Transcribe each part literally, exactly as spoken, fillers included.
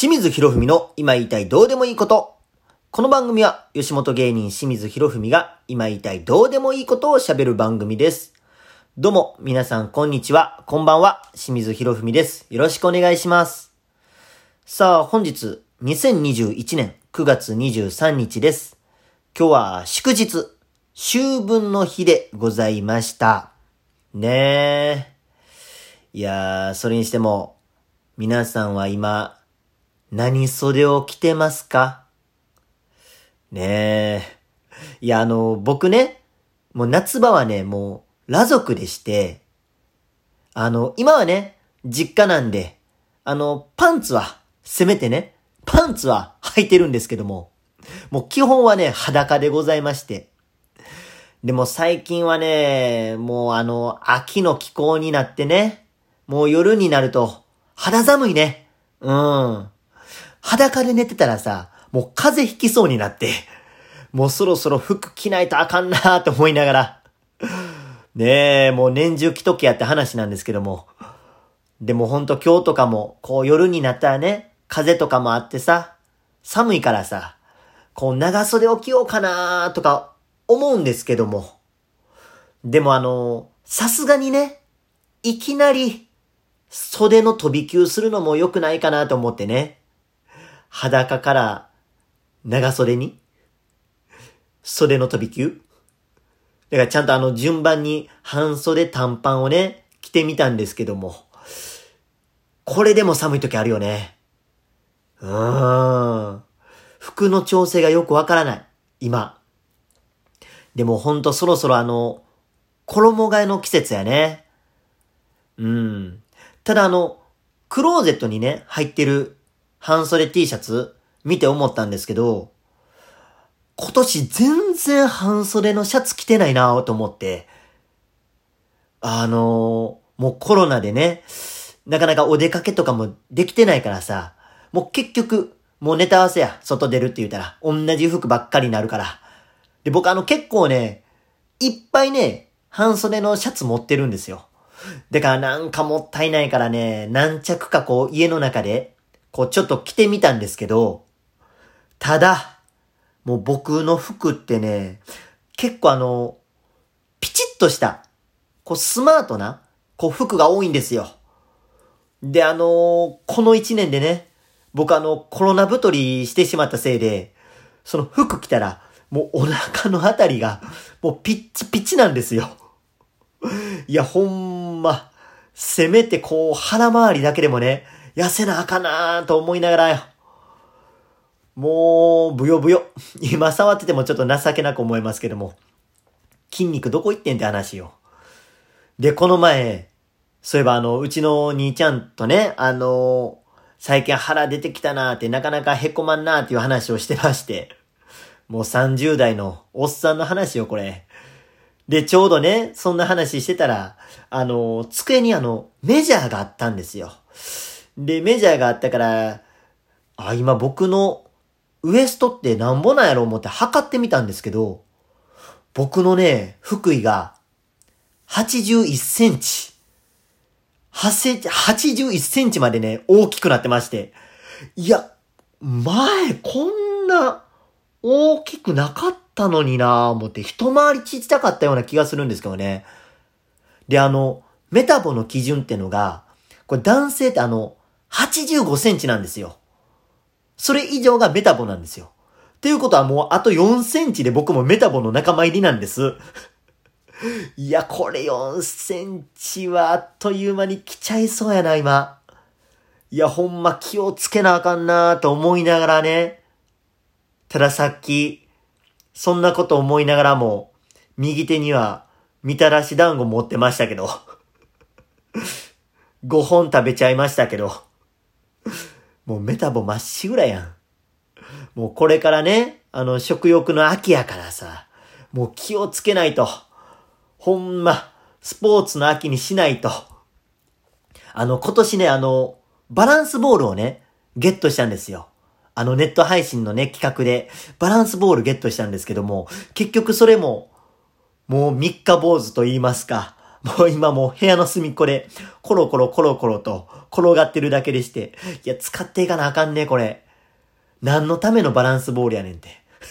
清水博文の今言いたいどうでもいいこと。この番組は吉本芸人清水博文が今言いたいどうでもいいことを喋る番組です。どうも皆さんこんにちは、こんばんは、清水博文です。よろしくお願いします。さあ本日にせんにじゅういちねんくがつにじゅうさんにちです。今日は祝日、秋分の日でございました。ねえ。いやー、それにしても皆さんは今何袖を着てますか？ねえ。いや、あの、僕ね、もう夏場はね、もう裸族でして、あの、今はね、実家なんで、あの、パンツは、せめてね、パンツは履いてるんですけども、もう基本はね、裸でございまして。でも最近はね、もうあの、秋の気候になってね、もう夜になると、肌寒いね。うん。裸で寝てたらさ、もう風邪ひきそうになって、もうそろそろ服着ないとあかんなーと思いながら、ねえ、もう年中着とけやって話なんですけども、でもほんと今日とかも、こう夜になったらね、風とかもあってさ、寒いからさ、こう長袖を着ようかなーとか思うんですけども、でもあの、さすがにね、いきなり袖の飛び級するのも良くないかなと思ってね、裸から長袖に袖の飛び級だからちゃんとあの順番に半袖短パンをね着てみたんですけども、これでも寒い時あるよね。うーん。服の調整がよくわからない今。でもほんとそろそろあの衣替えの季節やね。うん。ただあのクローゼットにね入ってる半袖 T シャツ見て思ったんですけど、今年全然半袖のシャツ着てないなぁと思って、あのー、もうコロナでね、なかなかお出かけとかもできてないからさ、もう結局、もうネタ合わせや、外出るって言ったら、同じ服ばっかりになるから。で、僕あの結構ね、いっぱいね、半袖のシャツ持ってるんですよ。だからなんかもったいないからね、何着かこう家の中で、こうちょっと着てみたんですけど、ただ、もう僕の服ってね、結構あの、ピチッとした、こうスマートな、こう服が多いんですよ。で、あのー、この一年でね、僕あの、コロナ太りしてしまったせいで、その服着たら、もうお腹のあたりが、もうピッチピチなんですよ。いや、ほんま、せめてこう腹回りだけでもね、痩せなあかなーと思いながらよ。もう、ぶよぶよ。今触っててもちょっと情けなく思いますけども。筋肉どこ行ってんって話よ。で、この前、そういえばあの、うちの兄ちゃんとね、あのー、最近腹出てきたなーってなかなかへこまんなーっていう話をしてまして。もうさんじゅう代のおっさんの話よ、これ。で、ちょうどね、そんな話してたら、あのー、机にあの、メジャーがあったんですよ。で、メジャーがあったから、あ、今僕のウエストってなんぼなんやろう思って測ってみたんですけど、僕のね、腹囲がはちじゅういっセンチ。はちじゅういっセンチまでね、大きくなってまして。いや、前こんな大きくなかったのになぁ思って一回りちっちゃかったような気がするんですけどね。で、あの、メタボの基準ってのが、これ男性ってあの、はちじゅうごセンチなんですよ。それ以上がメタボなんですよ。っていうことはもうあとよんセンチで僕もメタボの仲間入りなんです。いや、これよんセンチはあっという間に来ちゃいそうやな、今。いや、ほんま気をつけなあかんなと思いながらね。たださっき、そんなこと思いながらも、右手にはみたらし団子持ってましたけど。ごほん食べちゃいましたけど。もうメタボまっしぐらやん。もうこれからね、あの食欲の秋やからさ、もう気をつけないと。ほんま、スポーツの秋にしないと。あの今年ね、あの、バランスボールをね、ゲットしたんですよ。あのネット配信のね、企画でバランスボールゲットしたんですけども、結局それも、もう三日坊主と言いますか、 もう今もう部屋の隅っこで、コロコロコロコロと転がってるだけでして。いや、使っていかなあかんね、これ。何のためのバランスボールやねんって。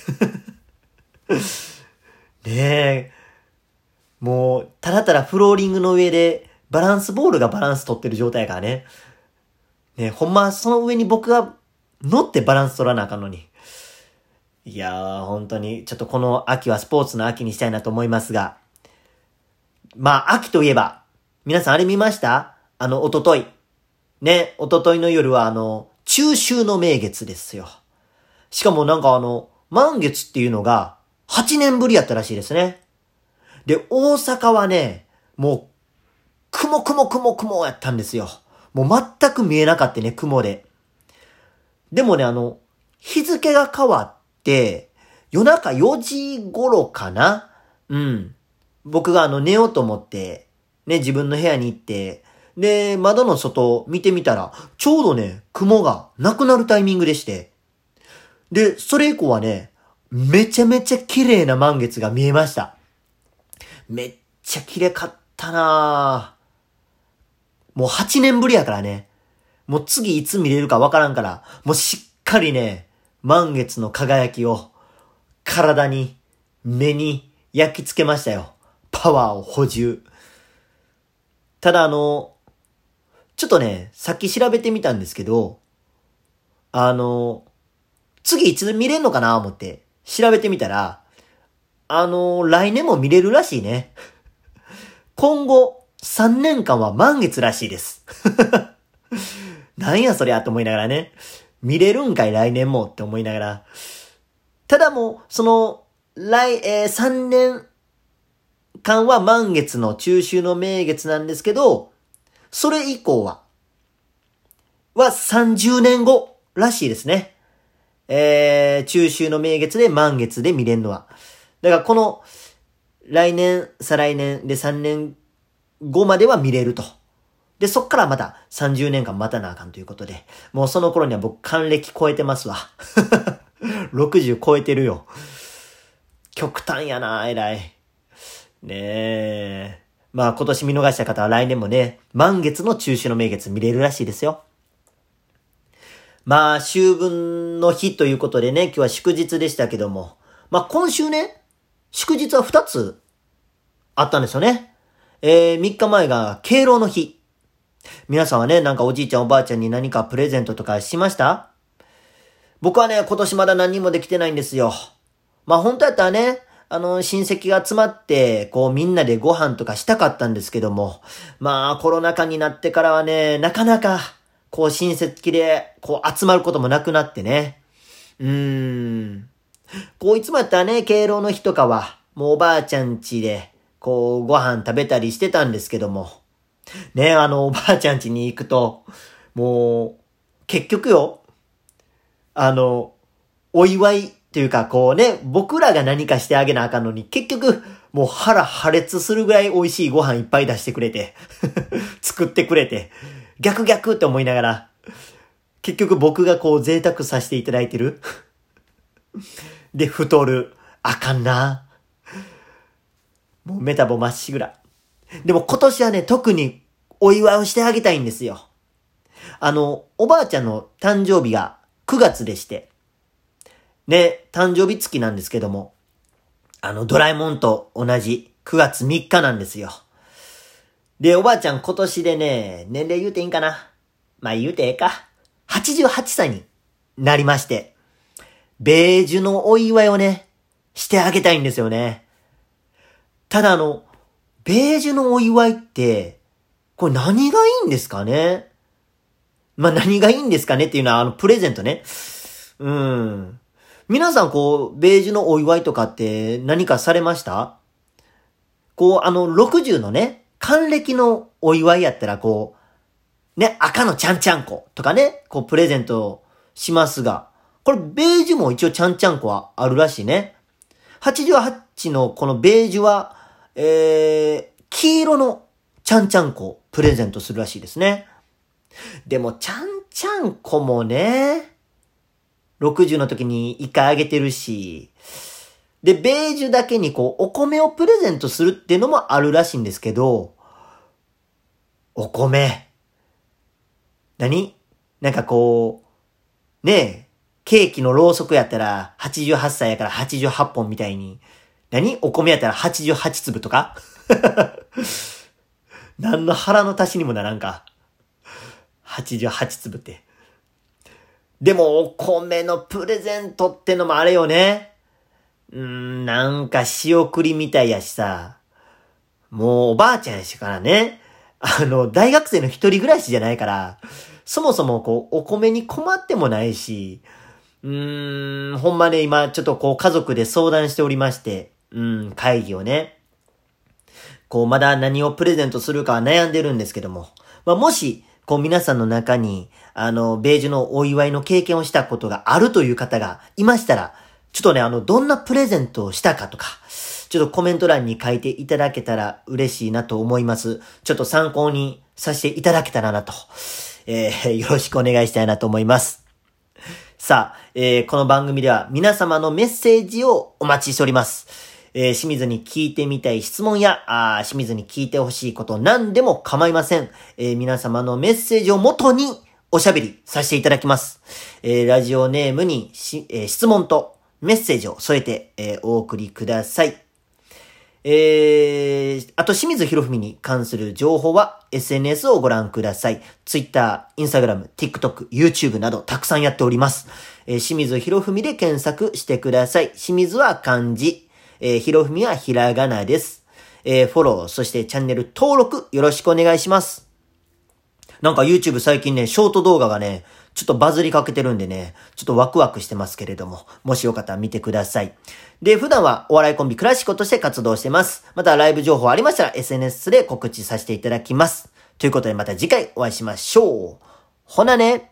ねえ。もう、ただただフローリングの上で、バランスボールがバランス取ってる状態やからね。ねえ、ほんま、その上に僕が乗ってバランス取らなあかんのに。いやー、本当に、ちょっとこの秋はスポーツの秋にしたいなと思いますが。まあ、秋といえば、皆さんあれ見ました？あの、おととい。ね、おとといの夜はあの、中秋の名月ですよ。しかもなんかあの、満月っていうのが、はちねんぶりやったらしいですね。で、大阪はね、もう、雲雲雲雲やったんですよ。もう全く見えなかったね、雲で。でもね、あの、日付が変わって、夜中よじ頃かな？うん。僕があの、寝ようと思って、ね、自分の部屋に行って、で、窓の外を見てみたら、ちょうどね、雲がなくなるタイミングでして。で、それ以降はね、めちゃめちゃ綺麗な満月が見えました。めっちゃ綺麗かったなぁ。もうはちねんぶりやからね。もう次いつ見れるかわからんから、もうしっかりね、満月の輝きを体に、目に焼き付けましたよ。パワーを補充。ただあの、ちょっとね、さっき調べてみたんですけど、あの、次いつ見れんのかな思って調べてみたら、あの、来年も見れるらしいね。今後さんねんかんは満月らしいです。なんやそりゃと思いながらね。見れるんかい来年もって思いながら。ただもう、その、来、えー、さんねんかんは満月の中秋の名月なんですけど、それ以降は、はさんじゅうねんごらしいですね。えー、中秋の名月で満月で見れるのは。だからこの、来年、再来年でさんねんごまでは見れると。で、そっからまたさんじゅうねんかん待たなあかんということで、もうその頃には僕還暦超えてますわ。ろくじゅう超えてるよ。極端やな、偉い。ねえ。まあ今年見逃した方は来年もね、満月の中秋の名月見れるらしいですよ。まあ秋分の日ということでね、今日は祝日でしたけども、まあ今週ね、祝日はふたつあったんですよね。えー、みっかまえが敬老の日。皆さんはね、なんかおじいちゃんおばあちゃんに何かプレゼントとかしました？僕はね、今年まだ何もできてないんですよ。まあ本当やったらね、あの、親戚が集まって、こうみんなでご飯とかしたかったんですけども、まあコロナ禍になってからはね、なかなか、こう親戚で、こう集まることもなくなってね。うーん。こういつもやったらね、敬老の日とかは、もうおばあちゃん家で、こうご飯食べたりしてたんですけども、ね、あのおばあちゃん家に行くと、もう、結局よ、あの、お祝いというかこうね、僕らが何かしてあげなあかんのに、結局、もう腹破裂するぐらい美味しいご飯いっぱい出してくれて、作ってくれて、逆逆って思いながら、結局僕がこう贅沢させていただいてる。で、太る。あかんな。もうメタボまっしぐら。でも今年はね、特にお祝いをしてあげたいんですよ。あの、おばあちゃんの誕生日がくがつでして、ね、誕生日月なんですけども、あの、ドラえもんと同じくがつみっかなんですよ。で、おばあちゃん今年でね、年齢言うていいんかな？まあ言うてええか。はちじゅうはっさいになりまして、ベージュのお祝いをね、してあげたいんですよね。ただあの、ベージュのお祝いって、これ何がいいんですかね？まあ何がいいんですかねっていうのはあのプレゼントね。うん。皆さんこう、ベージュのお祝いとかって何かされました？こうあのろくじゅうのね、還暦のお祝いやったらこう、ね、赤のちゃんちゃんことかね、こうプレゼントしますが、これベージュも一応ちゃんちゃんこはあるらしいね。はちじゅうはちのこのベージュは、えー、黄色のちゃんちゃんこプレゼントするらしいですね。でもちゃんちゃんこもね、ろくじゅうの時に一回あげてるし、で、ベージュだけにこう、お米をプレゼントするっていうのもあるらしいんですけど、 お米。何なんかこう、ねえ、ケーキのろうそくやったらはちじゅうはっさいやからはちじゅうはっぽんみたいに、何お米やったらはちじゅうはちつぶとか何の腹の足しにもならんか。はちじゅうはちつぶって。でもお米のプレゼントってのもあれよね。うーん、なんか仕送りみたいやしさ。もうおばあちゃんやしからね。あの、大学生の一人暮らしじゃないから、そもそもこう、お米に困ってもないし、うーん、ほんまね、今ちょっとこう家族で相談しておりまして、うん、会議をね。こう、まだ何をプレゼントするかは悩んでるんですけども。まあ、もし、こう皆さんの中に、あの、ベージュのお祝いの経験をしたことがあるという方がいましたら、ちょっとね、あの、どんなプレゼントをしたかとか、ちょっとコメント欄に書いていただけたら嬉しいなと思います。ちょっと参考にさせていただけたらなと、えー、よろしくお願いしたいなと思います。さあ、えー、この番組では皆様のメッセージをお待ちしております。えー、清水に聞いてみたい質問や、あ清水に聞いてほしいこと何でも構いません。えー、皆様のメッセージをもとにおしゃべりさせていただきます。えー、ラジオネームにし、えー、質問とメッセージを添えて、えー、お送りください。えー、あと清水博文に関する情報は エスエヌエス をご覧ください。Twitter、Instagram、TikTok、YouTube などたくさんやっております。えー、清水博文で検索してください。清水は漢字、えー、博文はひらがなです。えー、フォロー、そしてチャンネル登録よろしくお願いします。なんか YouTube 最近ね、ショート動画がね、ちょっとバズりかけてるんでね、ちょっとワクワクしてますけれども、もしよかったら見てください。で、普段はお笑いコンビクラシコとして活動してます。またライブ情報ありましたら エスエヌエス で告知させていただきます。ということでまた次回お会いしましょう。ほなね。